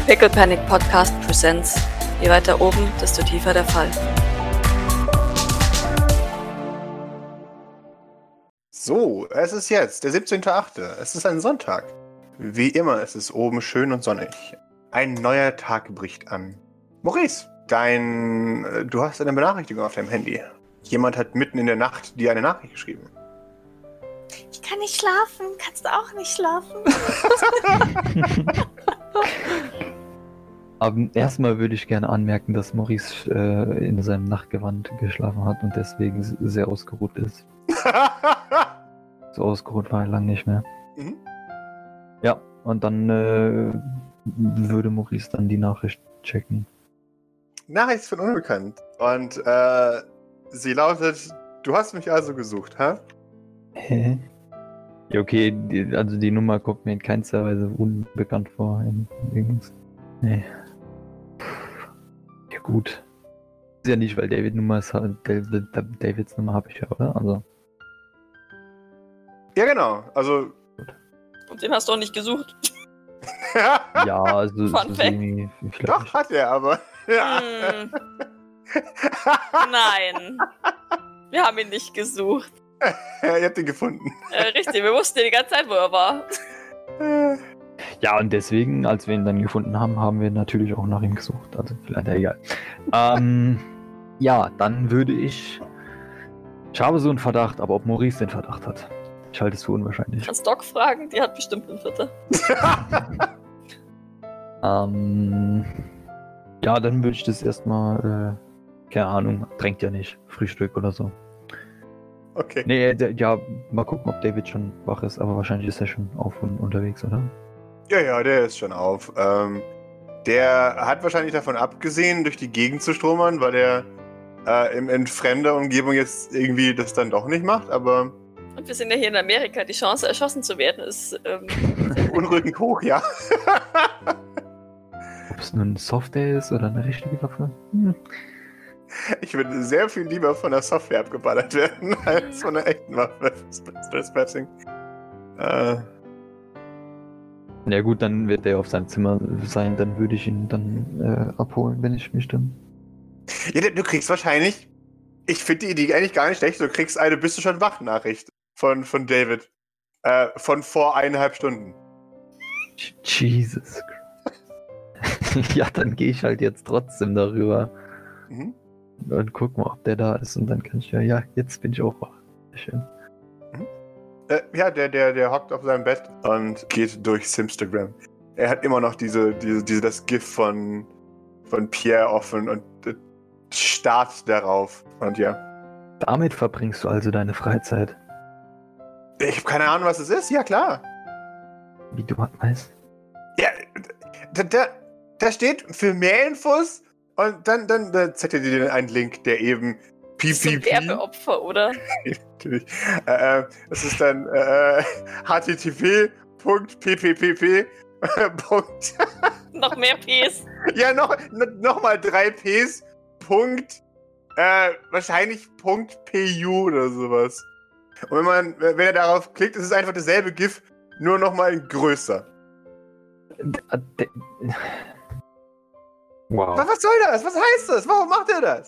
Pickle Panic Podcast presents. Je weiter oben, desto tiefer der Fall. So, es ist jetzt der 17.8. Es ist ein Sonntag. Wie immer, es ist oben schön und sonnig. Ein neuer Tag bricht an. Maurice, du hast eine Benachrichtigung auf deinem Handy. Jemand hat mitten in der Nacht dir eine Nachricht geschrieben. Ich kann nicht schlafen. Kannst du auch nicht schlafen? Aber erstmal würde ich gerne anmerken, dass Maurice in seinem Nachtgewand geschlafen hat und deswegen sehr ausgeruht ist. So ausgeruht war er lang nicht mehr. Mhm. Ja, und dann würde Maurice dann die Nachricht checken. Nachricht von Unbekannt. Und sie lautet: Du hast mich also gesucht, hä? Hä? Ja, okay, die Nummer kommt mir in keinster Weise unbekannt vor. Nee. Ja gut. Ist ja nicht, weil Davids Nummer habe ich ja, oder? Also. Ja, genau. Also. Und den hast du auch nicht gesucht. Ja, also. Fun Fact. Doch, hat er, aber. Ja. Nein. Wir haben ihn nicht gesucht. Ja, ihr habt ihn gefunden. Richtig, wir wussten ja die ganze Zeit, wo er war. Ja, und deswegen, als wir ihn dann gefunden haben, haben wir natürlich auch nach ihm gesucht. Also, vielleicht egal. Ja, dann würde ich habe so einen Verdacht, aber ob Maurice den Verdacht hat, ich halte es für unwahrscheinlich. Kannst Doc fragen, die hat bestimmt einen Vierter. Ja, dann würde ich das erstmal, keine Ahnung, drängt ja nicht, Frühstück oder so. Okay. Nee, ja, mal gucken, ob David schon wach ist, aber wahrscheinlich ist er schon auf und unterwegs, oder? Ja, der ist schon auf. Der hat wahrscheinlich davon abgesehen, durch die Gegend zu stromern, weil er in fremder Umgebung jetzt irgendwie das dann doch nicht macht, aber... Und wir sind ja hier in Amerika, die Chance, erschossen zu werden, ist... unrückend hoch, ja. Ob es nun ein Software ist oder eine richtige Waffe? Ich würde sehr viel lieber von der Software abgeballert werden, als von einer echten Waffe. Stresspassing. Ja gut, dann wird er auf seinem Zimmer sein, dann würde ich ihn dann abholen, wenn ich mich dann... Ja, du kriegst wahrscheinlich... Ich finde die Idee eigentlich gar nicht schlecht. Du kriegst eine "Bist du schon wach" Nachricht von David. Von vor 1,5 Stunden. Jesus Christ. Ja, dann gehe ich halt jetzt trotzdem darüber. Mhm. Und guck mal, ob der da ist. Und dann kann ich ja, jetzt bin ich auch wach. Sehr schön. Ja, der hockt auf seinem Bett und geht durch Simstagram. Er hat immer noch das GIF von Pierre offen und starrt darauf. Und ja. Damit verbringst du also deine Freizeit. Ich habe keine Ahnung, was es ist. Ja, klar. Wie du weißt. Ja, da steht für mehr Infos und dann zeigt er dir einen Link, der eben das ist ein Werbeopfer, oder? Natürlich. Das ist dann http://. Noch mehr Ps. Ja, noch mal 3 Ps. Wahrscheinlich .pu oder sowas. Und wenn er darauf klickt, ist es einfach dasselbe GIF, nur noch mal größer. Wow. Was soll das? Was heißt das? Warum macht er das?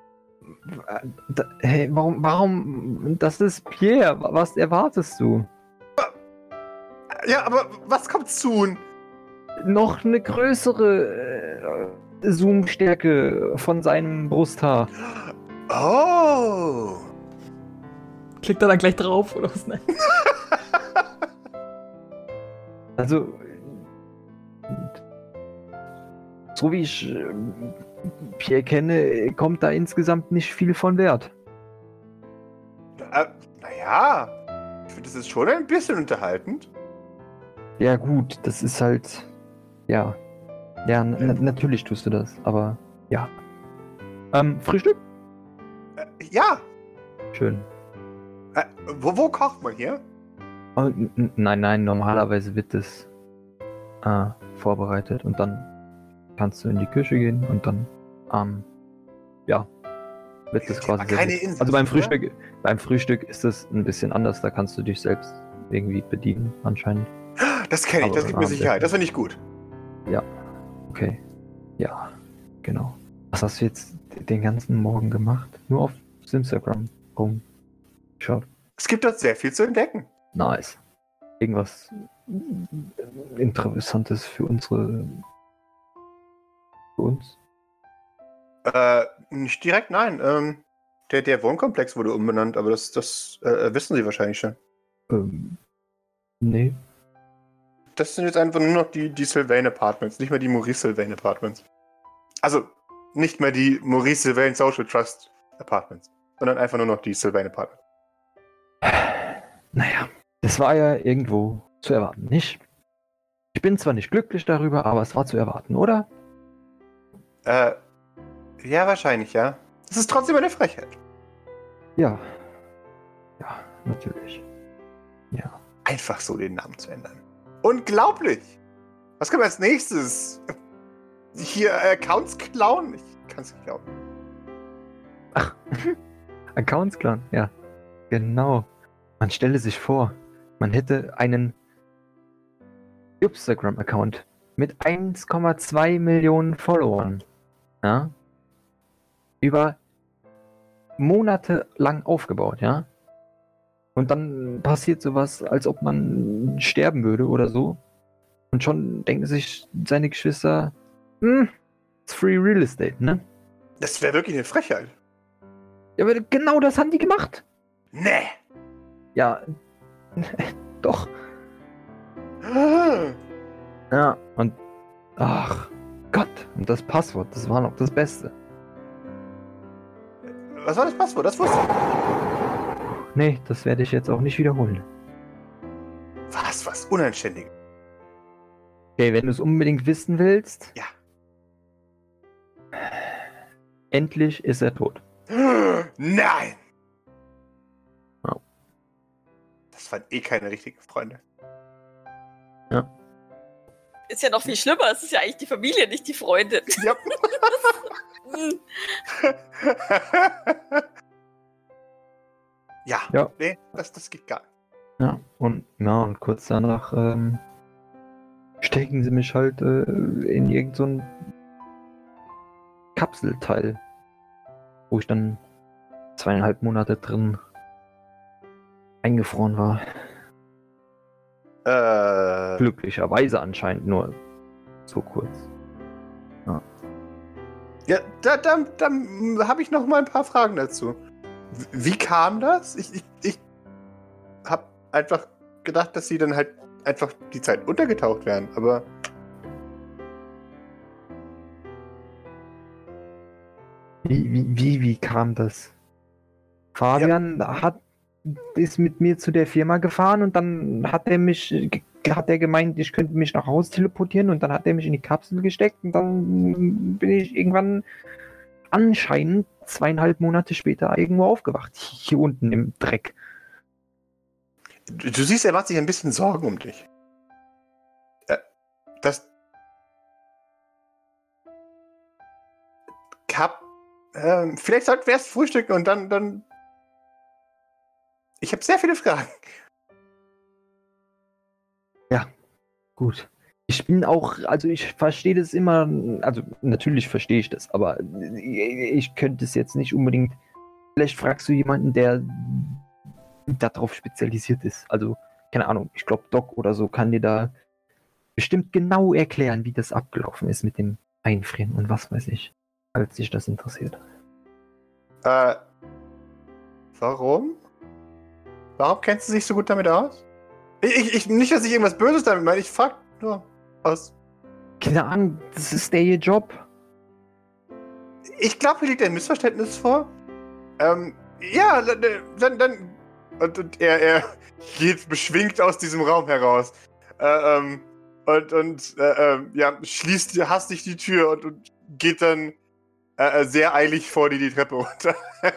Hey, warum? Das ist Pierre. Was erwartest du? Ja, aber was kommt zu? Noch eine größere Zoom-Stärke von seinem Brusthaar. Oh. Klickt er dann gleich drauf, oder was? Nein. Also, so wie ich Pierre kenne, kommt da insgesamt nicht viel von Wert. Naja, ich finde, das ist schon ein bisschen unterhaltend. Ja gut, das ist halt, ja. Ja, natürlich tust du das, aber ja. Frühstück? Ja. Schön. Wo kocht man hier? Oh, nein, normalerweise wird das vorbereitet und dann kannst du in die Küche gehen und dann, ja, wird das quasi... keine Insel, also beim Frühstück ist das ein bisschen anders, da kannst du dich selbst irgendwie bedienen, anscheinend. Das kenne ich, das gibt mir Sicherheit, das finde ich gut. Ja. Okay. Ja, genau. Was hast du jetzt den ganzen Morgen gemacht? Nur auf Instagram rumgeschaut. Es gibt dort sehr viel zu entdecken. Nice. Irgendwas Interessantes für uns? Nicht direkt, nein. Der Wohnkomplex wurde umbenannt, aber das wissen Sie wahrscheinlich schon. Nee. Das sind jetzt einfach nur noch die Sylvain Apartments, nicht mehr die Maurice Sylvain Apartments. Also, nicht mehr die Maurice Sylvain Social Trust Apartments, sondern einfach nur noch die Sylvain Apartments. Naja, das war ja irgendwo zu erwarten, nicht? Ich bin zwar nicht glücklich darüber, aber es war zu erwarten, oder? Ja, wahrscheinlich, ja. Das ist trotzdem eine Frechheit. Ja. Ja, natürlich. Ja. Einfach so den Namen zu ändern. Unglaublich! Was kommt als nächstes? Hier Accounts klauen? Ich kann es nicht glauben. Ach, Accounts klauen, ja. Genau. Man stelle sich vor, man hätte einen Instagram-Account mit 1,2 Millionen Followern. Ja? Über Monate lang aufgebaut, ja? Und dann passiert sowas, als ob man sterben würde oder so. Und schon denken sich seine Geschwister, it's free real estate, ne? Das wäre wirklich eine Frechheit. Ja, aber genau das haben die gemacht. Nee! Ja, doch. Ah. Ja, und ach Gott, und das Passwort, das war noch das Beste. Was war das Passwort? Das wusste ich. Nee, das werde ich jetzt auch nicht wiederholen. Was Unanständiges. Okay, wenn du es unbedingt wissen willst. Ja. Endlich ist er tot. Nein! Ja. Das waren eh keine richtigen Freunde. Ja. Ist ja noch viel schlimmer. Es ist ja eigentlich die Familie, nicht die Freunde. Ja. Ja. Ja. Nee, das geht gar nicht. Ja, und kurz danach stecken sie mich halt in irgend so ein Kapselteil, wo ich dann 2,5 Monate drin eingefroren war. Glücklicherweise anscheinend nur so kurz. Ja, da habe ich noch mal ein paar Fragen dazu. Wie kam das? Ich habe einfach gedacht, dass sie dann halt einfach die Zeit untergetaucht wären, aber... Wie kam das? Fabian ist mit mir zu der Firma gefahren und dann hat er gemeint, ich könnte mich nach Hause teleportieren und dann hat er mich in die Kapsel gesteckt und dann bin ich irgendwann anscheinend 2,5 Monate später irgendwo aufgewacht. Hier unten im Dreck. Du siehst, er macht sich ein bisschen Sorgen um dich. Vielleicht sollten wir erst frühstücken und dann... Ich habe sehr viele Fragen. Ja, gut. Ich bin auch, also ich verstehe das immer, also natürlich verstehe ich das, aber ich könnte es jetzt nicht unbedingt. Vielleicht fragst du jemanden, der darauf spezialisiert ist. Also, keine Ahnung, ich glaube Doc oder so kann dir da bestimmt genau erklären, wie das abgelaufen ist mit dem Einfrieren und was weiß ich, falls dich das interessiert. Warum? Warum kennst du dich so gut damit aus? Nicht, dass ich irgendwas Böses damit meine, ich frag nur aus. Keine Ahnung, das ist ihr Job. Ich glaube, hier liegt ein Missverständnis vor. Ja, dann und er geht beschwingt aus diesem Raum heraus. Schließt hastig die Tür und geht dann sehr eilig vor die Treppe runter.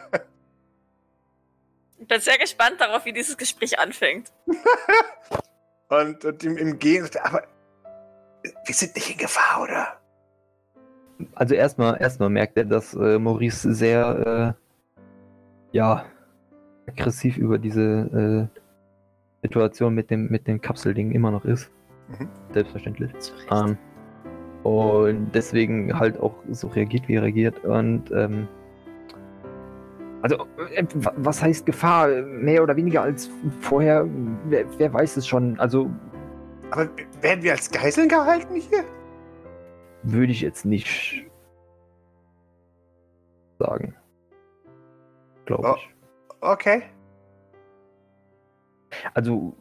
Ich bin sehr gespannt darauf, wie dieses Gespräch anfängt. und im Gehen sagt er, aber wir sind nicht in Gefahr, oder? Also erstmal merkt er, dass Maurice sehr aggressiv über diese Situation mit dem Kapselding immer noch ist. Mhm. Selbstverständlich. Zu Recht. Und deswegen halt auch so reagiert, wie er reagiert. Und was heißt Gefahr? Mehr oder weniger als vorher? Wer weiß es schon? Also Aber werden wir als Geiseln gehalten hier? würde ich jetzt nicht sagen. Glaube ich. Okay. Also,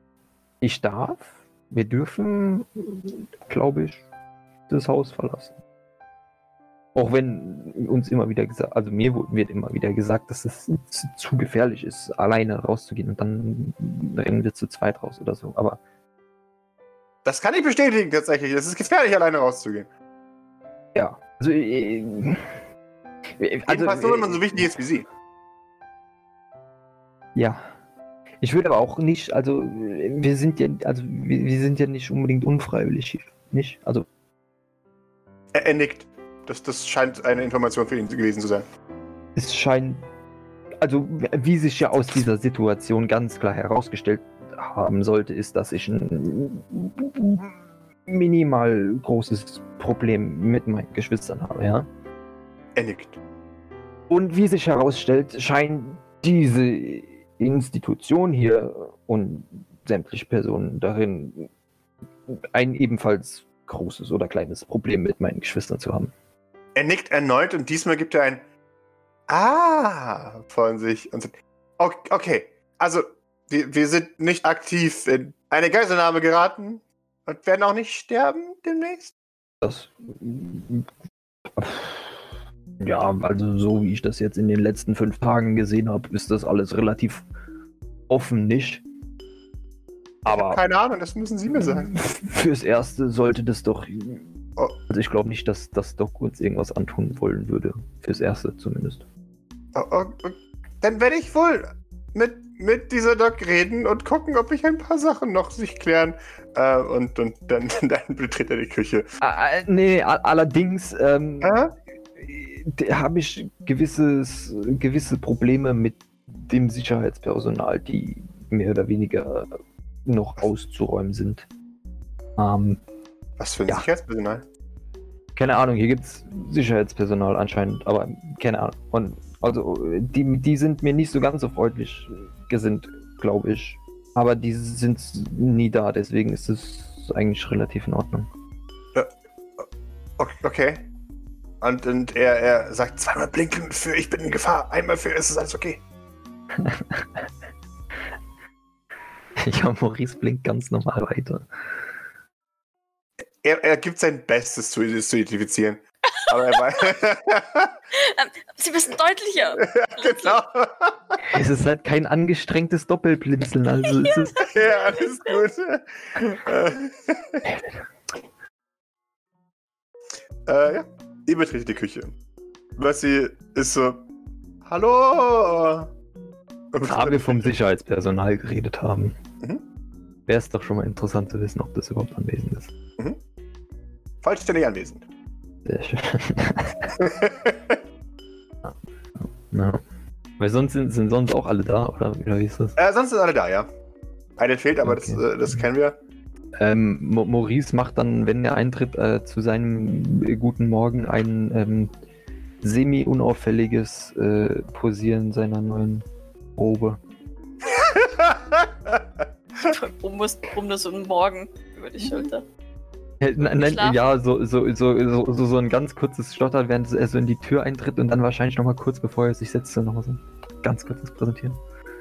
wir dürfen, glaube ich, das Haus verlassen. Auch wenn uns immer wieder gesagt, also mir wird immer wieder gesagt, dass es zu gefährlich ist, alleine rauszugehen und dann rennen wir zu zweit raus oder so. Aber Das kann ich bestätigen, tatsächlich. Es ist gefährlich, alleine rauszugehen. ja, also, Jedenfalls nur, wenn man so wichtig ist wie Sie. ja. Ich würde aber auch nicht, also wir sind ja nicht unbedingt unfreiwillig hier, nicht? Also Er nickt. Das scheint eine Information für ihn gewesen zu sein. es scheint, also wie sich ja aus dieser Situation ganz klar herausgestellt haben sollte, ist, dass ich ein minimal großes Problem mit meinen Geschwistern habe, ja? Er nickt. Und wie sich herausstellt, scheint diese Institution hier und sämtliche Personen darin ein ebenfalls großes oder kleines Problem mit meinen Geschwistern zu haben. Er nickt erneut und diesmal gibt er ein von sich und sagt, okay, also wir sind nicht aktiv in eine Geiselnahme geraten und werden auch nicht sterben demnächst. Das. Ja, also so wie ich das jetzt in den letzten 5 Tagen gesehen habe, ist das alles relativ offen, nicht? Aber Keine Ahnung, das müssen Sie mir sagen. fürs Erste sollte das doch. Oh. Also ich glaube nicht, dass das Doc uns irgendwas antun wollen würde. Fürs Erste zumindest. Dann werde ich wohl mit dieser Doc reden und gucken, ob ich ein paar Sachen noch sich klären. Und dann betritt er die Küche. Nee, allerdings habe ich gewisse Probleme mit dem Sicherheitspersonal, die mehr oder weniger noch auszuräumen sind. Was für ein Ja. Sicherheitspersonal? Keine Ahnung, hier gibt es Sicherheitspersonal anscheinend, aber keine Ahnung. Und also die sind mir nicht so ganz so freundlich gesinnt, glaube ich. Aber die sind nie da, deswegen ist es eigentlich relativ in Ordnung. Okay. Und er sagt zweimal blinken für ich bin in Gefahr, einmal für ist es alles okay. Ja, Maurice blinkt ganz normal weiter. Er gibt sein Bestes zu identifizieren. Aber er weiß. Sie müssen deutlicher. Genau. Es ist halt kein angestrengtes Doppelblinzeln, also es ist. Ja, alles gut. Ja, ihr betretet die Küche. Bessie ist so, hallo! Da wir vom Sicherheitspersonal geredet haben, Mhm. wäre es doch schon mal interessant zu wissen, ob das überhaupt anwesend ist. Vollständig anwesend. Sehr schön. Ja. Weil sonst sind sonst auch alle da, oder wie ist das? Sonst sind alle da, ja. Eine fehlt, aber Okay. das kennen wir. Maurice macht dann, wenn er eintritt, zu seinem guten Morgen ein semi-unauffälliges Posieren seiner neuen Robe. Warum nur so einen Morgen über die Schulter? Nein, Schlafen. ja, so ein ganz kurzes Stottern, während er so in die Tür eintritt und dann wahrscheinlich nochmal kurz bevor er sich setzt, dann nochmal so ganz kurzes Präsentieren.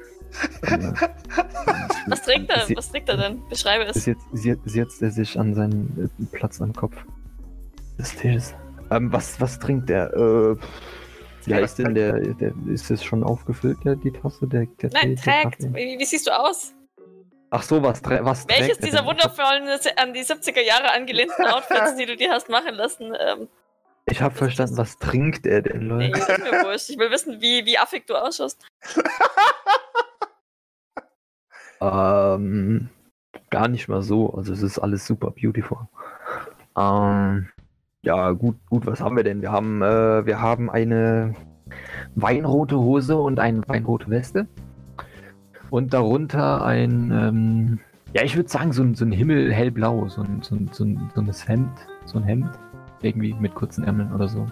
Was trägt er? Was trägt er denn? Beschreibe es. Setzt er sich an seinen Platz am Kopf des Tisches. Was trinkt er? Ja, ist denn ist es schon aufgefüllt, die Tasse? Der Nein, der trägt. Kaffee? Wie siehst du aus? Ach so, was trägt Welches er dieser denn? wundervollen, an die 70er Jahre angelehnten Outfits, die du dir hast machen lassen, Ich habe verstanden, was trinkt er denn, nee, Leute? ist mir wurscht. Ich will wissen, wie affig du ausschaust. Gar nicht mal so. Also es ist alles super beautiful. Ja, gut, was haben wir denn? Wir haben eine weinrote Hose und eine weinrote Weste. Und darunter ein, ja, ich würde sagen, so ein Himmel hellblau, so ein Hemd, So ein Hemd. Irgendwie mit kurzen Ärmeln oder so.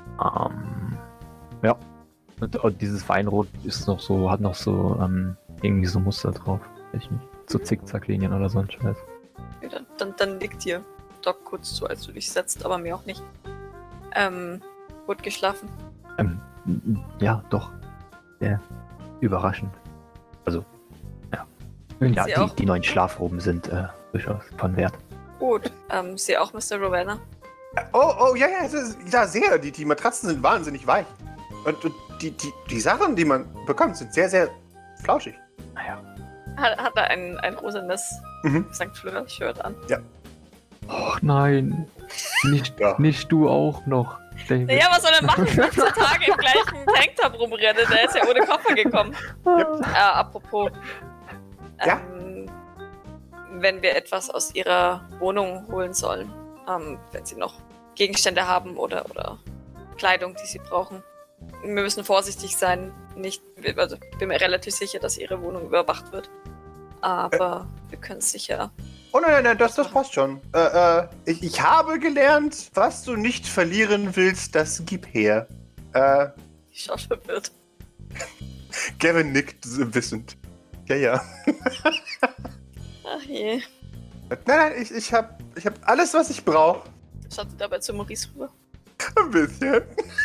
Ja. Und dieses Weinrot ist noch so, hat noch so irgendwie so Muster drauf. Weiß ich nicht. So Zickzacklinien oder so ein Scheiß. Okay, dann liegt hier Doc kurz zu, als du dich setzt, aber mir auch nicht. Gut geschlafen. Ja, doch. Ja. Überraschend. Also, ja. Ja, Sie auch? die neuen Schlafroben sind durchaus von Wert. Gut. Sie auch, Mr. Rowena? Oh, ja, sehr. Die Matratzen sind wahnsinnig weich. Und die Sachen, die man bekommt, sind sehr, sehr flauschig. Naja. Hat er ein rosanes St. Fleur-Shirt an? Ja. Och nein. Ja. Nicht du auch noch, David. Naja, was soll er machen? 15 Tage im gleichen Tanktop rumrennen. Der ist ja ohne Koffer gekommen. Yep. Apropos. Ja? Wenn wir etwas aus ihrer Wohnung holen sollen, wenn sie noch Gegenstände haben oder Kleidung, die sie brauchen. Wir müssen vorsichtig sein. Ich bin mir relativ sicher, dass ihre Wohnung überwacht wird. Aber wir können es sicher. Oh nein, das passt schon. Ich habe gelernt, was du nicht verlieren willst, das gib her. Ich schaue verwirrt. Gavin nickt wissend. Ja. Ach je. Nein, ich hab alles, was ich brauche. Schaut sie dabei zu Maurice rüber. Ein bisschen.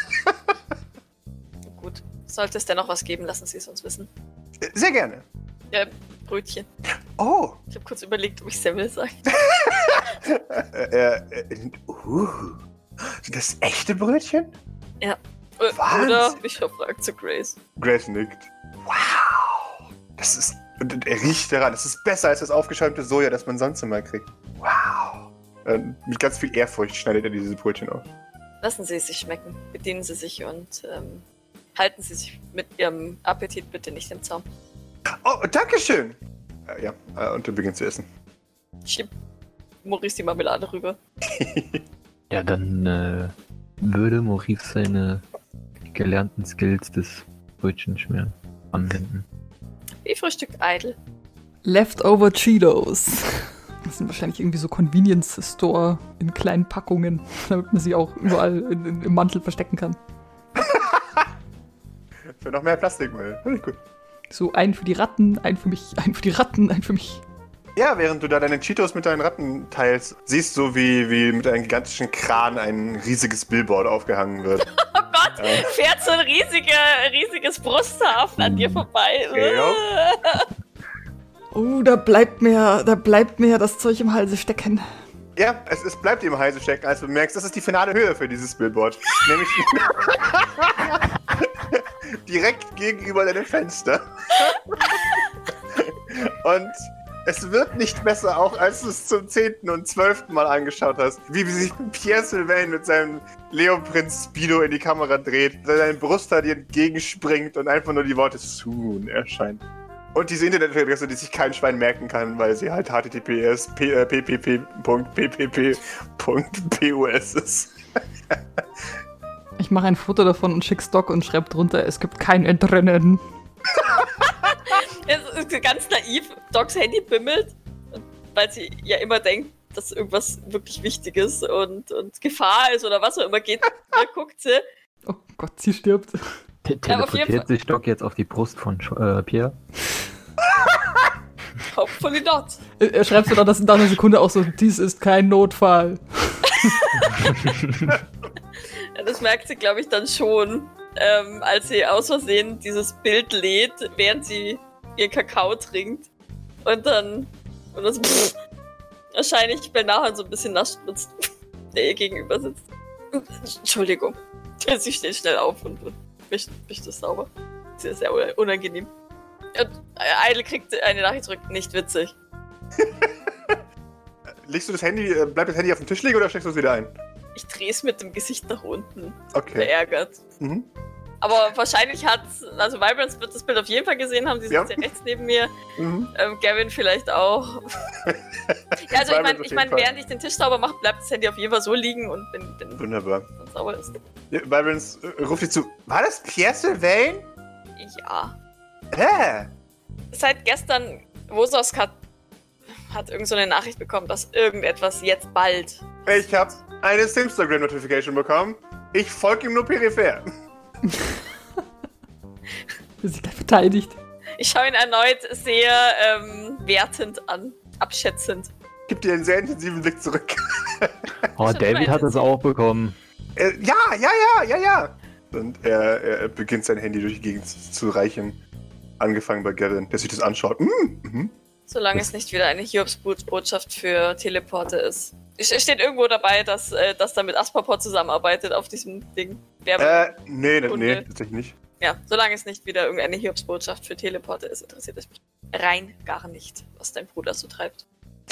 Gut. Sollte es denn noch was geben, lassen Sie es uns wissen. Sehr gerne. Ja, Brötchen. Oh. Ich habe kurz überlegt, ob ich Semmel sage. Sind das echte Brötchen? Ja. Wahnsinn. Oder Bischof fragt zu Grace. Grace nickt. Wow. Das ist... Und er riecht daran. Das ist besser als das aufgeschäumte Soja, das man sonst immer kriegt. Wow. Mit ganz viel Ehrfurcht schneidet er diese Brötchen auf. Lassen Sie es sich schmecken. Bedienen Sie sich und halten Sie sich mit Ihrem Appetit bitte nicht im Zaum. Oh, dankeschön. Und er beginnt zu essen. Schieb Maurice die Marmelade rüber. Ja, dann würde Maurice seine gelernten Skills des Brötchenschmieren anwenden. Wie frühstückt Idle? Leftover Cheetos. Das sind wahrscheinlich irgendwie so Convenience Store in kleinen Packungen, damit man sie auch überall im Mantel verstecken kann. Für noch mehr Plastikmüll. Finde ich gut. So ein für die Ratten, ein für mich, ein für die Ratten, ein für mich. Ja, während du da deine Cheetos mit deinen Ratten teilst, siehst du, wie mit einem gigantischen Kran ein riesiges Billboard aufgehangen wird. Oh Gott, fährt so ein riesiges Brusthafen an dir vorbei. Ja. Oh, da bleibt mir das Zeug im Halse stecken. Ja, es bleibt im Halse stecken, als du merkst, das ist die finale Höhe für dieses Billboard. Nämlich direkt gegenüber deinem Fenster. Und es wird nicht besser, auch als du es zum 10. und 12. Mal angeschaut hast, wie sich Pierre Sylvain mit seinem Leoprinz Speedo in die Kamera dreht, sein Brusthaar dir entgegenspringt und einfach nur die Worte Soon erscheint. Und diese Internetadresse, die sich kein Schwein merken kann, weil sie halt https://ppp.ppp.pus ist. Ich mache ein Foto davon und schick's Doc und schreibe drunter, es gibt kein Entrinnen. Es ist ganz naiv. Docs Handy bimmelt, weil sie ja immer denkt, dass irgendwas wirklich Wichtiges und Gefahr ist oder was auch immer geht. Da guckt sie. Oh Gott, sie stirbt. Teleportiert sich Doc jetzt auf die Brust von Pierre? Hopefully not. Er schreibt so dann nach einer Sekunde auch so, dies ist kein Notfall. Ja, das merkt sie, glaube ich, dann schon, als sie aus Versehen dieses Bild lädt, während sie ihren Kakao trinkt. Und dann wahrscheinlich Belnahan so ein bisschen nass spritzt, der ihr gegenüber sitzt. Entschuldigung. Sie steht schnell auf und wischt das sauber. Sehr, sehr unangenehm. Und Idle kriegt eine Nachricht zurück. Nicht witzig. Legst du das Handy, bleibt das Handy auf dem Tisch liegen oder steckst du es wieder ein? Ich drehe es mit dem Gesicht nach unten. Okay. Verärgert. Mhm. Aber wahrscheinlich also Vibrance wird das Bild auf jeden Fall gesehen haben. Die sitzt ja rechts neben mir. Mhm. Gavin vielleicht auch. Ja, also ich meine, Fall. während ich den Tisch sauber mache, bleibt das Handy auf jeden Fall so liegen und wenn Wunderbar. es sauber ist. Ja, Vibrance ruft dir zu. War das Pierre Sylvain? Ja. Hä? Seit gestern, Wososk hat hat irgend so eine Nachricht bekommen, dass irgendetwas jetzt bald... Ich habe eine Simstagram-Notification bekommen. Ich folge ihm nur peripher. Ist sich gleich verteidigt. Ich schaue ihn erneut sehr wertend an, abschätzend. Gib dir einen sehr intensiven Blick zurück. Oh, Schon David hat es auch bekommen. Ja. Und er beginnt sein Handy durch die Gegend zu reichen. Angefangen bei Gavin, der sich das anschaut. Solange es nicht wieder eine Hiobsbotschaft für Teleporte ist. Es steht irgendwo dabei, dass da mit Aspaport zusammenarbeitet auf diesem Ding. Nee, tatsächlich nicht. Ja, solange es nicht wieder irgendeine Hiobsbotschaft für Teleporte ist, interessiert es mich rein gar nicht, was dein Bruder so treibt.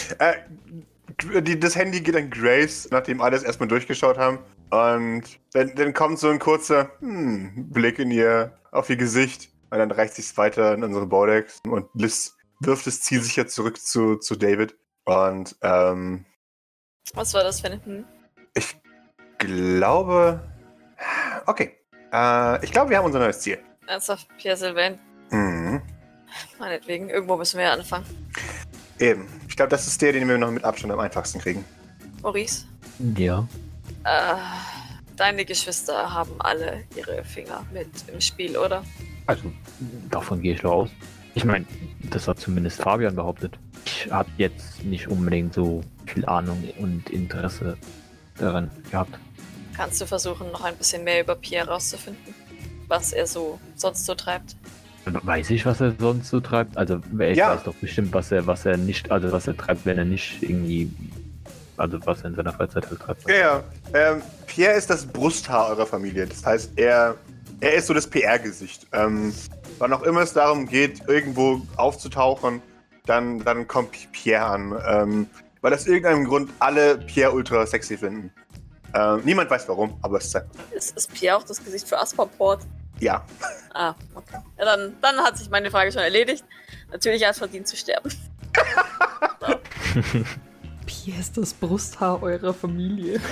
Das Handy geht an Grace, nachdem alles erstmal durchgeschaut haben. Und dann kommt so ein kurzer Blick auf ihr Gesicht. Und dann reicht sich's weiter in unsere Bordex. Und Liz wirft es zielsicher zurück zu David. Und Was war das für ein ich glaube... Okay. Ich glaube, wir haben unser neues Ziel. Ernsthaft, Pierre Sylvain? Mhm. Meinetwegen, irgendwo müssen wir ja anfangen. Eben. Ich glaube, das ist der, den wir noch mit Abstand am einfachsten kriegen. Maurice? Ja. Deine Geschwister haben alle ihre Finger mit im Spiel, oder? Also, davon gehe ich doch aus. Ich meine, das hat zumindest Fabian behauptet. Ich habe jetzt nicht unbedingt so viel Ahnung und Interesse daran gehabt. Kannst du versuchen, noch ein bisschen mehr über Pierre rauszufinden? Was er sonst so treibt? Weiß ich, was er sonst so treibt? Also, ich weiß doch bestimmt, was er treibt, wenn er nicht irgendwie, also was er in seiner Freizeit halt treibt. Ja. Pierre ist das Brusthaar eurer Familie. Das heißt, er ist so das PR-Gesicht. Wann auch immer es darum geht, irgendwo aufzutauchen, dann kommt Pierre an. Weil aus irgendeinem Grund alle Pierre ultra sexy finden. Niemand weiß warum, aber es ist... Ist Pierre auch das Gesicht für Aspaport? Ja. Ah, okay. Ja, dann hat sich meine Frage schon erledigt. Natürlich hat es verdient zu sterben. So. Pierre ist das Brusthaar eurer Familie.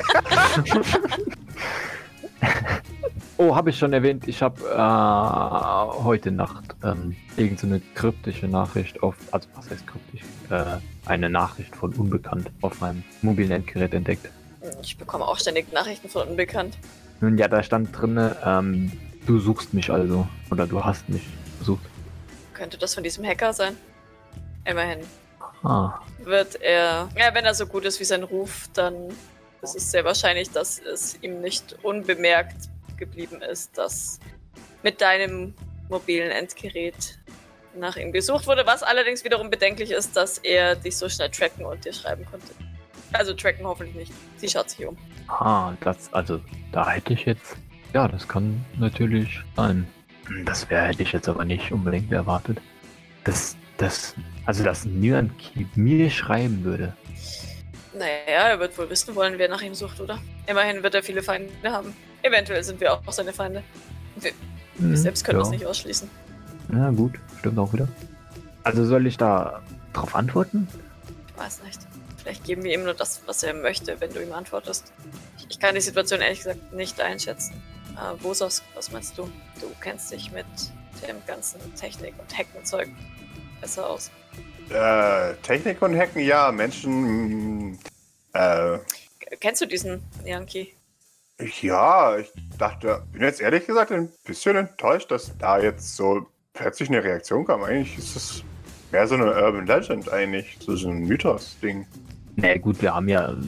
Oh, habe ich schon erwähnt, ich habe heute Nacht irgend so eine kryptische Nachricht also was heißt kryptisch? Eine Nachricht von Unbekannt auf meinem mobilen Endgerät entdeckt. Ich bekomme auch ständig Nachrichten von Unbekannt. Nun ja, da stand drin, du suchst mich also. Oder du hast mich gesucht. Könnte das von diesem Hacker sein? Immerhin. Wird er... Ja, wenn er so gut ist wie sein Ruf, dann ist es sehr wahrscheinlich, dass es ihm nicht unbemerkt geblieben ist, dass mit deinem mobilen Endgerät nach ihm gesucht wurde, was allerdings wiederum bedenklich ist, dass er dich so schnell tracken und dir schreiben konnte. Also tracken hoffentlich nicht. Sie schaut sich um. Da hätte ich jetzt... Ja, das kann natürlich sein. Hätte ich jetzt aber nicht unbedingt erwartet. Dass Nyan mir schreiben würde. Naja, er wird wohl wissen wollen, wer nach ihm sucht, oder? Immerhin wird er viele Feinde haben. Eventuell sind wir auch seine Feinde. Wir selbst können das nicht ausschließen. Ja, gut. Stimmt auch wieder. Also soll ich da drauf antworten? Ich weiß nicht. Vielleicht geben wir ihm nur das, was er möchte, wenn du ihm antwortest. Ich kann die Situation ehrlich gesagt nicht einschätzen. Vosos, was meinst du? Du kennst dich mit dem ganzen Technik- und Hacken-Zeug besser aus. Technik und Hacken, ja. Menschen, Kennst du diesen Yankee? Ja, ich bin jetzt ehrlich gesagt ein bisschen enttäuscht, dass da jetzt so plötzlich eine Reaktion kam. Eigentlich ist es mehr so eine Urban Legend eigentlich, so ein Mythos-Ding. Na gut, wir haben ja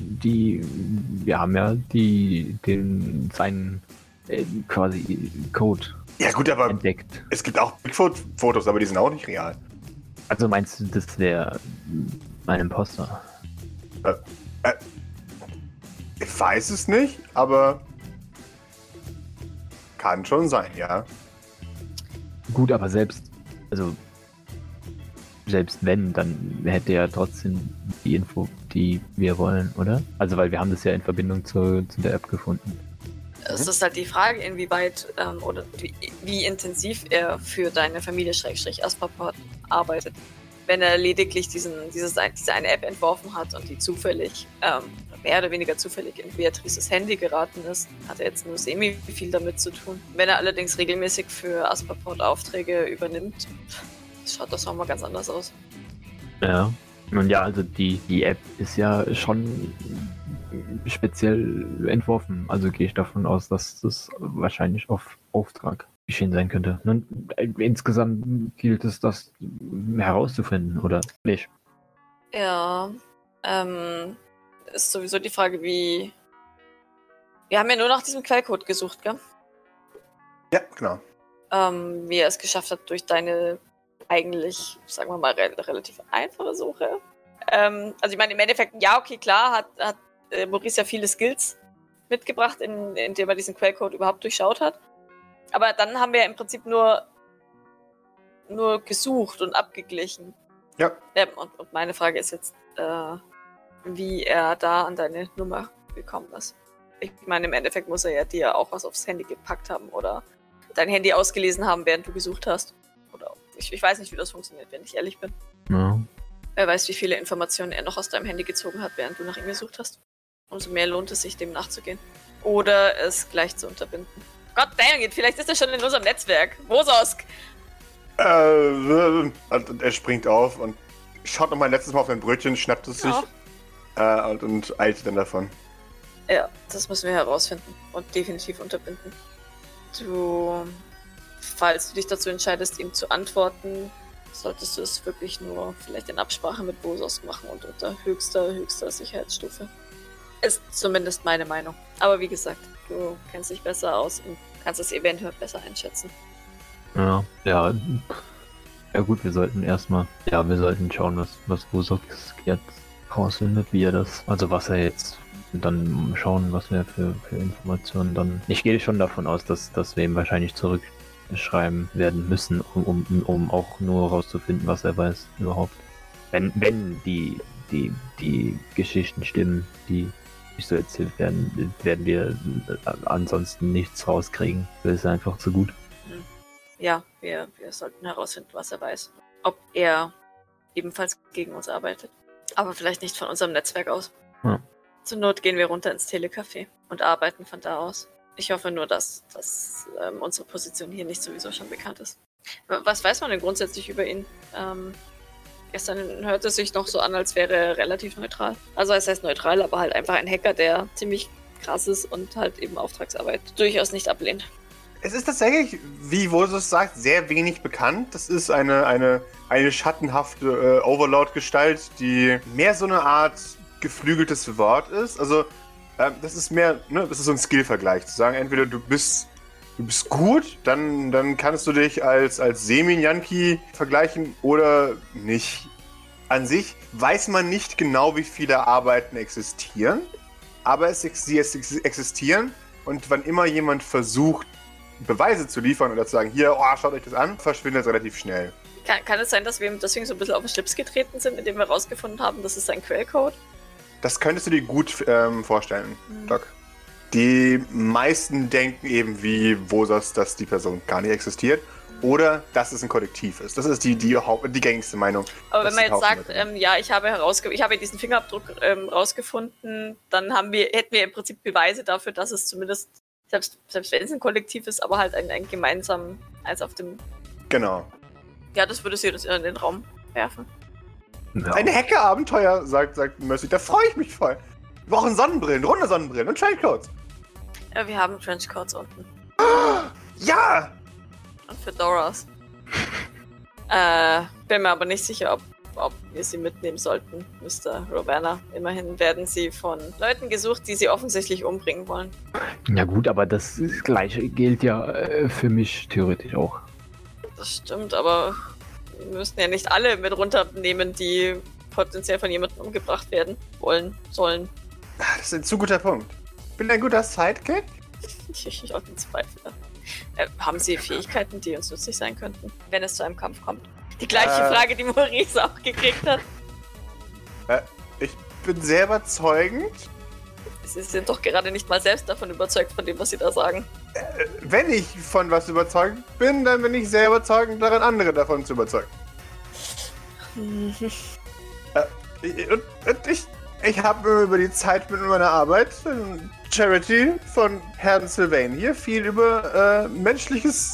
seinen quasi Code entdeckt. Es gibt auch Bigfoot-Fotos, aber die sind auch nicht real. Also meinst du, das wäre ein Imposter? Ich weiß es nicht, aber kann schon sein, ja. Gut, aber selbst wenn, dann hätte er trotzdem die Info, die wir wollen, oder? Also, weil wir haben das ja in Verbindung zu der App gefunden. Es ist halt die Frage, inwieweit oder wie intensiv er für deine Familie Aspaport arbeitet. Wenn er lediglich diese eine App entworfen hat und die zufällig, mehr oder weniger zufällig in Beatrices Handy geraten ist, hat er jetzt nur semi viel damit zu tun. Wenn er allerdings regelmäßig für Aspaport Aufträge übernimmt, schaut das auch mal ganz anders aus. Ja, Nun ja, also die App ist ja schon speziell entworfen. Also gehe ich davon aus, dass das wahrscheinlich auf Auftrag geschehen sein könnte. Nun, insgesamt gilt es, das herauszufinden, oder nicht? Ja, ist sowieso die Frage, wie... Wir haben ja nur nach diesem Quellcode gesucht, gell? Ja, genau. Wie er es geschafft hat durch deine eigentlich, sagen wir mal, relativ einfache Suche. Also ich meine, im Endeffekt, ja, okay, klar, hat Maurice ja viele Skills mitgebracht, indem er diesen Quellcode überhaupt durchschaut hat. Aber dann haben wir ja im Prinzip nur gesucht und abgeglichen. Ja. Und meine Frage ist jetzt, wie er da an deine Nummer gekommen ist. Ich meine, im Endeffekt muss er ja dir auch was aufs Handy gepackt haben oder dein Handy ausgelesen haben, während du gesucht hast. Oder ich weiß nicht, wie das funktioniert, wenn ich ehrlich bin. Ja. Wer weiß, wie viele Informationen er noch aus deinem Handy gezogen hat, während du nach ihm gesucht hast. Umso mehr lohnt es sich, dem nachzugehen. Oder es gleich zu unterbinden. Gott dang it, vielleicht ist er schon in unserem Netzwerk. Wososk! Und er springt auf und schaut noch mal letztes Mal auf ein Brötchen, schnappt es sich und eilt dann davon. Ja, das müssen wir herausfinden und definitiv unterbinden. Falls du dich dazu entscheidest, ihm zu antworten, solltest du es wirklich nur vielleicht in Absprache mit Bosos machen und unter höchster Sicherheitsstufe. Ist zumindest meine Meinung. Aber wie gesagt, du kennst dich besser aus und kannst es eventuell besser einschätzen. Ja, gut, wir sollten schauen, was Bosos jetzt rausfindet, wie er das, also was er jetzt, und dann schauen, was wir für Informationen dann. Ich gehe schon davon aus, dass wir ihm wahrscheinlich zurückschreiben werden müssen, um auch nur rauszufinden, was er weiß überhaupt. Wenn die Geschichten stimmen, die so erzählt werden, werden wir ansonsten nichts rauskriegen. Das ist einfach zu gut. Ja, wir sollten herausfinden, was er weiß. Ob er ebenfalls gegen uns arbeitet. Aber vielleicht nicht von unserem Netzwerk aus. Ja. Zur Not gehen wir runter ins Telecafé und arbeiten von da aus. Ich hoffe nur, dass unsere Position hier nicht sowieso schon bekannt ist. Was weiß man denn grundsätzlich über ihn? Gestern hörte es sich noch so an, als wäre er relativ neutral. Also es heißt neutral, aber halt einfach ein Hacker, der ziemlich krass ist und halt eben Auftragsarbeit durchaus nicht ablehnt. Es ist tatsächlich, wie Vosus sagt, sehr wenig bekannt. Das ist eine schattenhafte Overlord-Gestalt, die mehr so eine Art geflügeltes Wort ist. Also das ist mehr, ne, das ist so ein Skill-Vergleich. Zu sagen, entweder du bist gut, dann kannst du dich als Semi-Yankee vergleichen oder nicht. An sich weiß man nicht genau, wie viele Arbeiten existieren, aber sie existieren und wann immer jemand versucht, Beweise zu liefern oder zu sagen, hier, schaut euch das an, verschwindet es relativ schnell. Kann es sein, dass wir ihm deswegen so ein bisschen auf den Schlips getreten sind, indem wir rausgefunden haben, das ist ein Quellcode? Das könntest du dir gut vorstellen, Doc. Die meisten denken eben wie Vosos, dass die Person gar nicht existiert oder dass es ein Kollektiv ist. Das ist die gängigste Meinung. Aber wenn man jetzt sagt, ich habe diesen Fingerabdruck rausgefunden, dann hätten wir im Prinzip Beweise dafür, dass es zumindest selbst wenn es ein Kollektiv ist, aber halt ein gemeinsamen, als auf dem... Genau. Ja, das würde sie in den Raum werfen. Ja. Ein Hacker-Abenteuer, sagt Mercy. Da freue ich mich voll. Wir brauchen Sonnenbrillen, runde Sonnenbrillen und Trenchcoats. Ja, wir haben Trenchcoats unten. Ja! Und Fedoras. Bin mir aber nicht sicher, ob wir sie mitnehmen sollten, Mr. Rowena. Immerhin werden sie von Leuten gesucht, die sie offensichtlich umbringen wollen. Ja gut, aber das Gleiche gilt ja für mich theoretisch auch. Das stimmt, aber wir müssen ja nicht alle mit runternehmen, die potenziell von jemandem umgebracht werden sollen. Das ist ein zu guter Punkt. Bin ein guter Sidekick? Ich auch in Zweifel. Haben Sie Fähigkeiten, die uns nützlich sein könnten, wenn es zu einem Kampf kommt? Die gleiche Frage, die Maurice auch gekriegt hat. Ich bin sehr überzeugend. Sie sind doch gerade nicht mal selbst davon überzeugt, von dem, was Sie da sagen. Wenn ich von was überzeugt bin, dann bin ich sehr überzeugend darin, andere davon zu überzeugen. Ich habe über die Zeit mit meiner Arbeit in Charity von Herrn Sylvain hier viel über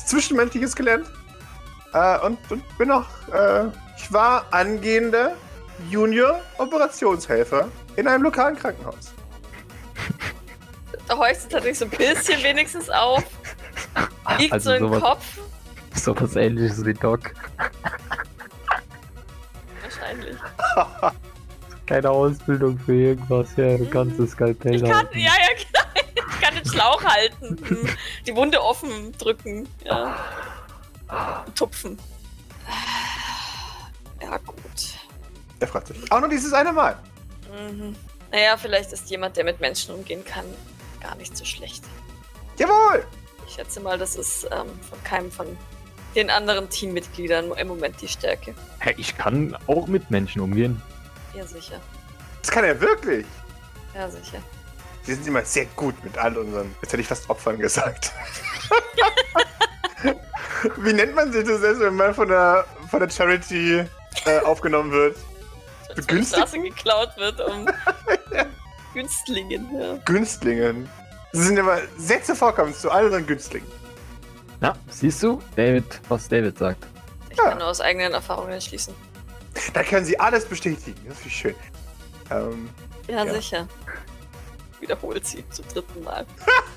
Zwischenmenschliches gelernt. Und bin auch, ich war angehender Junior-Operationshelfer in einem lokalen Krankenhaus. Da horchst du tatsächlich so ein bisschen wenigstens auf. Liegt Also so im sowas- Kopf. Sowas ähnliches wie Doc. Wahrscheinlich. Keine Ausbildung für irgendwas, ja, du kannst das Skalpell Ich kann, halten. ja, genau. Ich kann den Schlauch halten. Die Wunde offen drücken. Ja. Tupfen. Ja, gut. Er freut sich. Auch nur dieses eine Mal. Mhm. Naja, vielleicht ist jemand, der mit Menschen umgehen kann, gar nicht so schlecht. Jawohl! Ich schätze mal, das ist von keinem von den anderen Teammitgliedern im Moment die Stärke. Hey, ich kann auch mit Menschen umgehen. Ja, sicher. Das kann er wirklich. Ja, sicher. Wir sind immer sehr gut mit all unseren, jetzt hätte ich fast Opfern gesagt. Wie nennt man sich das erst, wenn man von der Charity aufgenommen wird? Wenn die Begünstigt? Straße geklaut wird, um Günstlingen. Ja. Günstlingen. Das sind immer Sätze vorkommen zu all unseren Günstlingen. Ja, siehst du? Was David sagt. Ich kann nur aus eigenen Erfahrungen schließen. Da können sie alles bestätigen. Das finde ich schön. Ja, Ja. sicher. Wiederholt sie zum 3. Mal.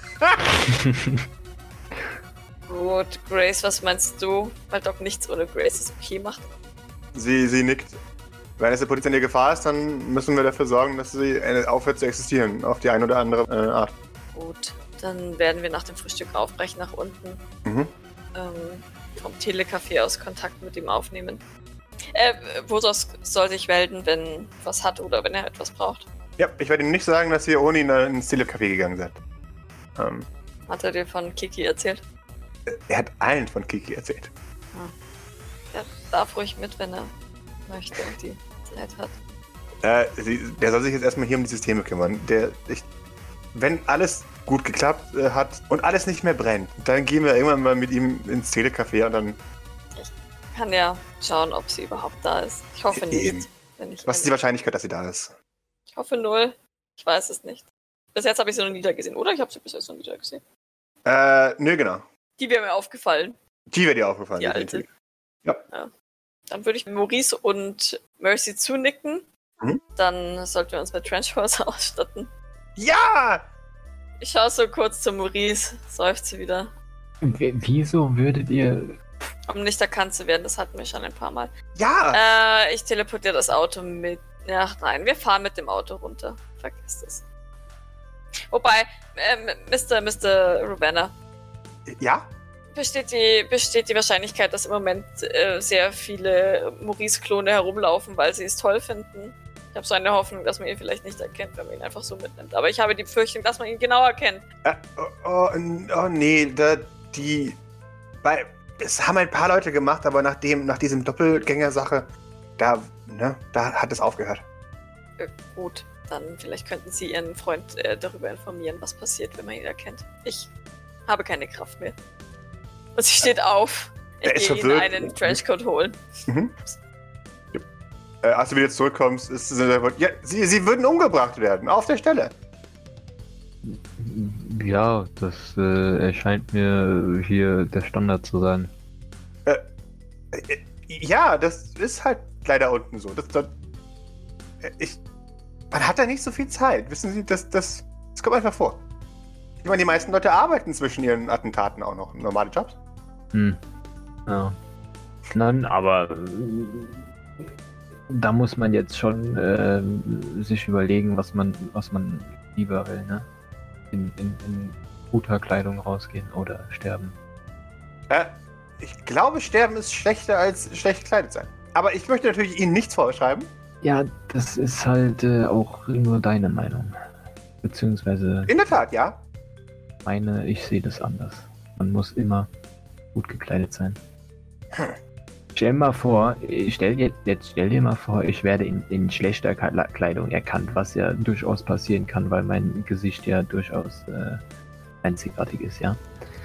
Gut, Grace, was meinst du? Weil Doc nichts ohne Grace es okay macht. sie nickt. Wenn es der potenzielle Gefahr ist, dann müssen wir dafür sorgen, dass sie aufhört zu existieren. Auf die eine oder andere Art. Gut, dann werden wir nach dem Frühstück aufbrechen nach unten. Mhm. Vom Telecafé aus Kontakt mit ihm aufnehmen. Vosos soll sich melden, wenn was hat oder wenn er etwas braucht. Ja, ich werde ihm nicht sagen, dass wir ohne ihn ins Telecafé gegangen sind. Hat er dir von Kiki erzählt? Er hat allen von Kiki erzählt. Er darf ruhig mit, wenn er möchte und die Zeit hat. Der soll sich jetzt erstmal hier um die Systeme kümmern. Wenn alles gut geklappt hat und alles nicht mehr brennt, dann gehen wir irgendwann mal mit ihm ins Telecafé und dann. Kann ja schauen, ob sie überhaupt da ist. Ich hoffe Eben. nicht. Wenn ich Was ist die Wahrscheinlichkeit, dass sie da ist? Ich hoffe 0. Ich weiß es nicht. Bis jetzt habe ich sie noch nie da gesehen, oder? Ich habe sie bis jetzt noch nie da gesehen. Nö, genau. Die wäre mir aufgefallen. Die wäre dir aufgefallen. Die alte. definitiv. Ja. Dann würde ich Maurice und Mercy zunicken. Mhm. Dann sollten wir uns mit Trenchhorse ausstatten. Ja! Ich schaue so kurz zu Maurice, seufze wieder. Wieso würdet ihr... Um nicht erkannt zu werden, das hatten wir schon ein paar Mal. Ja! Ich teleportiere das Auto mit. Ach nein, wir fahren mit dem Auto runter. Vergesst es. Wobei, Mr. Ravenna, Ja? besteht die Wahrscheinlichkeit, dass im Moment sehr viele Maurice-Klone herumlaufen, weil sie es toll finden. Ich habe so eine Hoffnung, dass man ihn vielleicht nicht erkennt, wenn man ihn einfach so mitnimmt. Aber ich habe die Befürchtung, dass man ihn genau erkennt. Oh nee, es haben ein paar Leute gemacht, aber nach diesem Doppelgänger-Sache, da hat es aufgehört. Gut, dann vielleicht könnten Sie Ihren Freund darüber informieren, was passiert, wenn man ihn erkennt. Ich habe keine Kraft mehr. Und sie steht auf. Er ist Ich gehe Ihnen verwirrt. einen Trenchcoat holen. Mhm. Als du wieder zurückkommst, ist ja, sie würden umgebracht werden, auf der Stelle. Ja, das erscheint mir hier der Standard zu sein. Ja, das ist halt leider unten so. Man hat da nicht so viel Zeit. Wissen Sie, das kommt einfach vor. Ich meine, die meisten Leute arbeiten zwischen ihren Attentaten auch noch. Normale Jobs. Ja. Nein, aber da muss man jetzt schon sich überlegen, was man lieber will, ne? In guter Kleidung rausgehen oder sterben. Ich glaube, sterben ist schlechter als schlecht gekleidet sein. Aber ich möchte natürlich Ihnen nichts vorschreiben. Ja, das ist halt auch nur deine Meinung. Beziehungsweise In der Tat, ja. ich sehe das anders. Man muss immer gut gekleidet sein. Stell dir mal vor, ich werde in schlechter Kleidung erkannt, was ja durchaus passieren kann, weil mein Gesicht ja durchaus einzigartig ist, ja.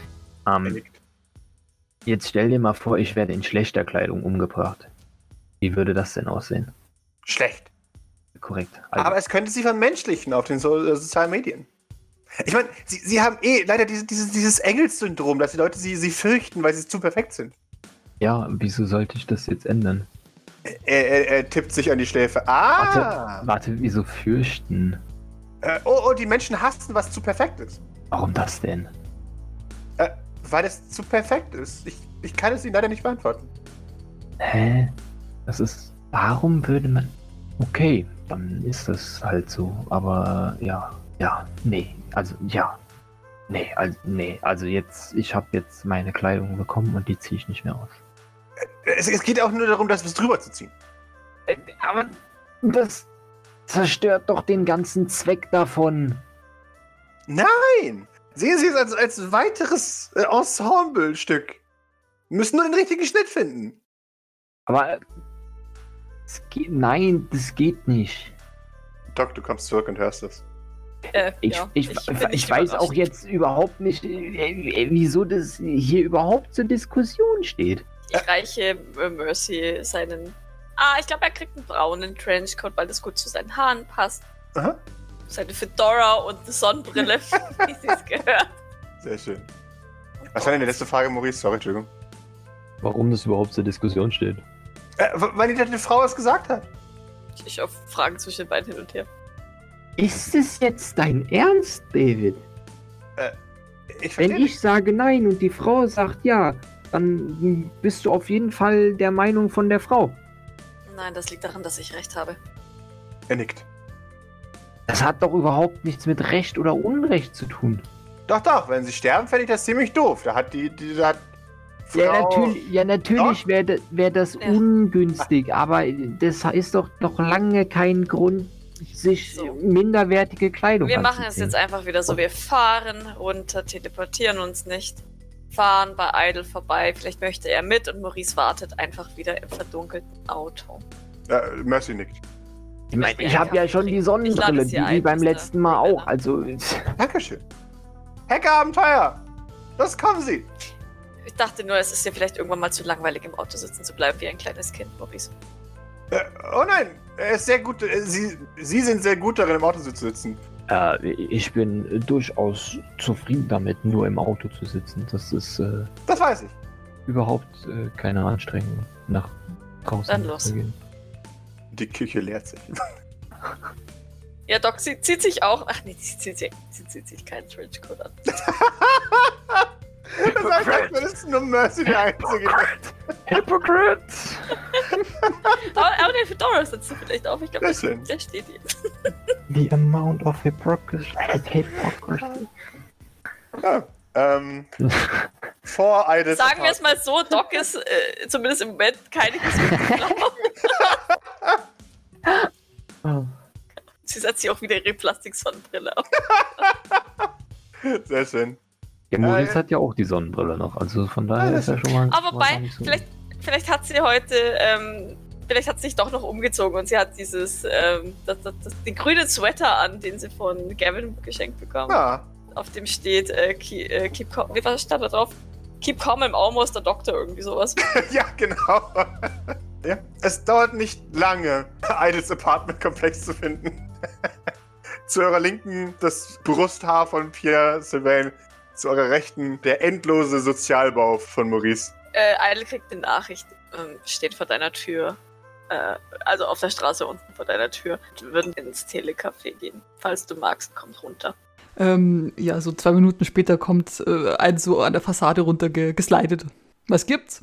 Jetzt stell dir mal vor, ich werde in schlechter Kleidung umgebracht. Wie würde das denn aussehen? Schlecht. Korrekt. Also, Aber es könnte sie vermenschlichen auf den sozialen Medien. Ich meine, sie haben leider dieses Engelssyndrom, dass die Leute sie fürchten, weil sie zu perfekt sind. ja, wieso sollte ich das jetzt ändern? Er tippt sich an die Schläfe. Ah! Warte, wieso fürchten? Die Menschen hassen, was zu perfekt ist. Warum das denn? Weil es zu perfekt ist. Ich kann es Ihnen leider nicht beantworten. Hä? Warum würde man... Okay, dann ist das halt so. Aber also jetzt, ich habe jetzt meine Kleidung bekommen und die ziehe ich nicht mehr aus. Es geht auch nur darum, das drüber zu ziehen. Aber das zerstört doch den ganzen Zweck davon. Nein! Sehen Sie es als weiteres Ensemblestück. Wir müssen nur den richtigen Schnitt finden. Aber nein, das geht nicht. Doc, du kommst zurück und hörst das. Ich weiß auch jetzt überhaupt nicht, wieso das hier überhaupt zur Diskussion steht. Ich reiche Mercy seinen... ich glaube, er kriegt einen braunen Trenchcoat, weil das gut zu seinen Haaren passt. Aha. Seine Fedora und eine Sonnenbrille, wie sie es gehört. Sehr schön. Was war denn die letzte Frage, Maurice? Sorry, Entschuldigung. Warum das überhaupt zur Diskussion steht? Weil die nette Frau es gesagt hat. Ich auf Fragen zwischen den beiden hin und her. Ist es jetzt dein Ernst, David? Wenn ich sage nein und die Frau sagt ja, dann bist du auf jeden Fall der Meinung von der Frau. Nein, das liegt daran, dass ich recht habe. Er nickt. Das hat doch überhaupt nichts mit Recht oder Unrecht zu tun. Doch, wenn sie sterben, fände ich das ziemlich doof. Da hat Frau... Natürlich wäre das ungünstig, aber das ist doch noch lange kein Grund, sich minderwertige Kleidung Wir anzuziehen. machen es jetzt einfach wieder so. Wir fahren runter, teleportieren uns nicht, fahren bei Idle vorbei. Vielleicht möchte er mit und Maurice wartet einfach wieder im verdunkelten Auto. Mercy nickt. Ich habe ja schon die Sonnenbrille, wie beim letzten Mal auch. Also. Dankeschön. Hackerabenteuer! Los, kommen Sie! Ich dachte nur, es ist ja vielleicht irgendwann mal zu langweilig, im Auto sitzen zu bleiben wie ein kleines Kind, Maurice. Oh nein, er ist sehr gut. Sie sind sehr gut darin, im Auto zu sitzen. Ich bin durchaus zufrieden damit, nur im Auto zu sitzen. Das ist Das weiß ich. überhaupt keine Anstrengung, nach draußen Dann los. zu gehen. Die Küche leert sich. Ja, Doc, sie zieht sich auch... Ach nee, sie zieht sich keinen Trenchcoat an. Das ist nur Mercy die Einzige. Hypocrite! aber der Fedora setzt du vielleicht auf. Ich glaube, Sehr schön. der steht hier. The amount of hypocrisy. Vor Idles Sagen wir es mal so, Doc ist zumindest im Moment keine Gesundheit. Sie setzt sich auch wieder ihre Plastik-Sonnenbrille auf. Sehr schön. Ja, Maurice hat ja auch die Sonnenbrille noch, also von daher ist er schon mal... Aber gar nicht so- vielleicht hat sie heute, vielleicht hat sie sich doch noch umgezogen und sie hat den grünen Sweater an, den sie von Gavin geschenkt bekommen. Ja. Auf dem steht, keep calm, was stand da drauf? Keep calm, I'm almost a doctor, irgendwie sowas. Ja, genau. Ja. Es dauert nicht lange, Idles Apartment-Komplex zu finden. Zu eurer Linken das Brusthaar von Pierre Sylvain, zu eurer Rechten der endlose Sozialbau von Maurice. Idle kriegt eine Nachricht, steht vor deiner Tür. Also auf der Straße unten vor deiner Tür. Wir würden ins Telecafé gehen. Falls du magst, kommt runter. Ja, so 2 Minuten später kommt ein so an der Fassade runter geslidet. Was gibt's?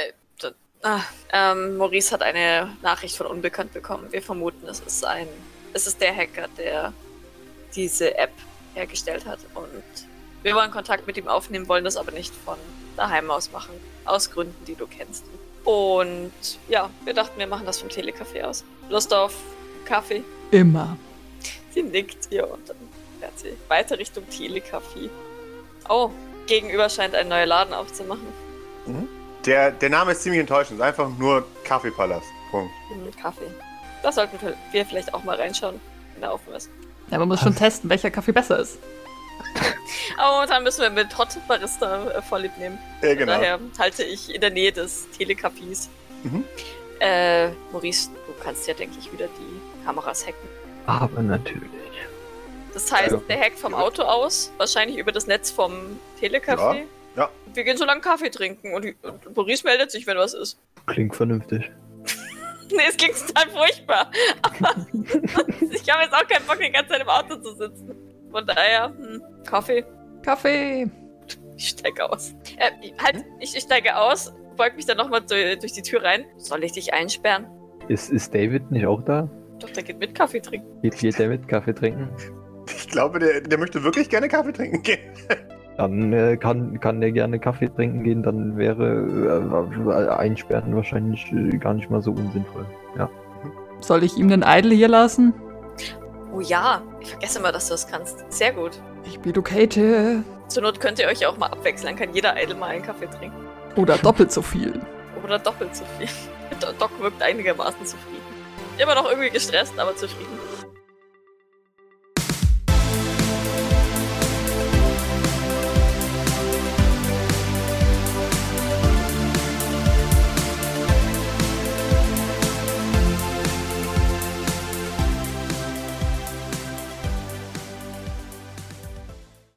Maurice hat eine Nachricht von Unbekannt bekommen. Wir vermuten, es ist der Hacker, der diese App hergestellt hat. Und wir wollen Kontakt mit ihm aufnehmen, wollen das aber nicht von daheim aus machen. Aus Gründen, die du kennst. Und ja, wir dachten, wir machen das vom Telecafé aus. Lust auf Kaffee? Immer. Sie nickt hier und dann fährt sie weiter Richtung Telecafé. Oh, gegenüber scheint ein neuer Laden aufzumachen. Mhm. Der Name ist ziemlich enttäuschend. Es ist einfach nur Kaffeepalast. Punkt. Kaffee. Da sollten wir vielleicht auch mal reinschauen, wenn er offen ist. Ja, man muss schon testen, welcher Kaffee besser ist. Aber momentan müssen wir mit Hot Barista Vorlieb nehmen. Ja, genau. Daher halte ich in der Nähe des Telecafés. Mhm. Maurice, du kannst ja, denke ich, wieder die Kameras hacken. Aber natürlich. Das heißt, der hackt vom Auto aus, wahrscheinlich über das Netz vom Telecafé. Ja. Wir gehen so lange Kaffee trinken und Maurice meldet sich, wenn was ist. Klingt vernünftig. Nee, es klingt total furchtbar. Aber ich habe jetzt auch keinen Bock, die ganze Zeit im Auto zu sitzen. Von daher, Kaffee. Kaffee. Ich steige aus. Ich steige aus, beug mich dann nochmal durch die Tür rein. Soll ich dich einsperren? Ist David nicht auch da? Doch, der geht mit Kaffee trinken. Geht David Kaffee trinken? Ich glaube, der möchte wirklich gerne Kaffee trinken gehen. Dann kann der gerne Kaffee trinken gehen, dann wäre Einsperren wahrscheinlich gar nicht mal so unsinnvoll. Ja. Soll ich ihm den Idol hier lassen? Oh ja, ich vergesse immer, dass du das kannst. Sehr gut. Ich bin okay. Zur Not könnt ihr euch ja auch mal abwechseln. Kann jeder Idol mal einen Kaffee trinken. Oder doppelt so viel. Oder doppelt so viel. Doc wirkt einigermaßen zufrieden. Immer noch irgendwie gestresst, aber zufrieden.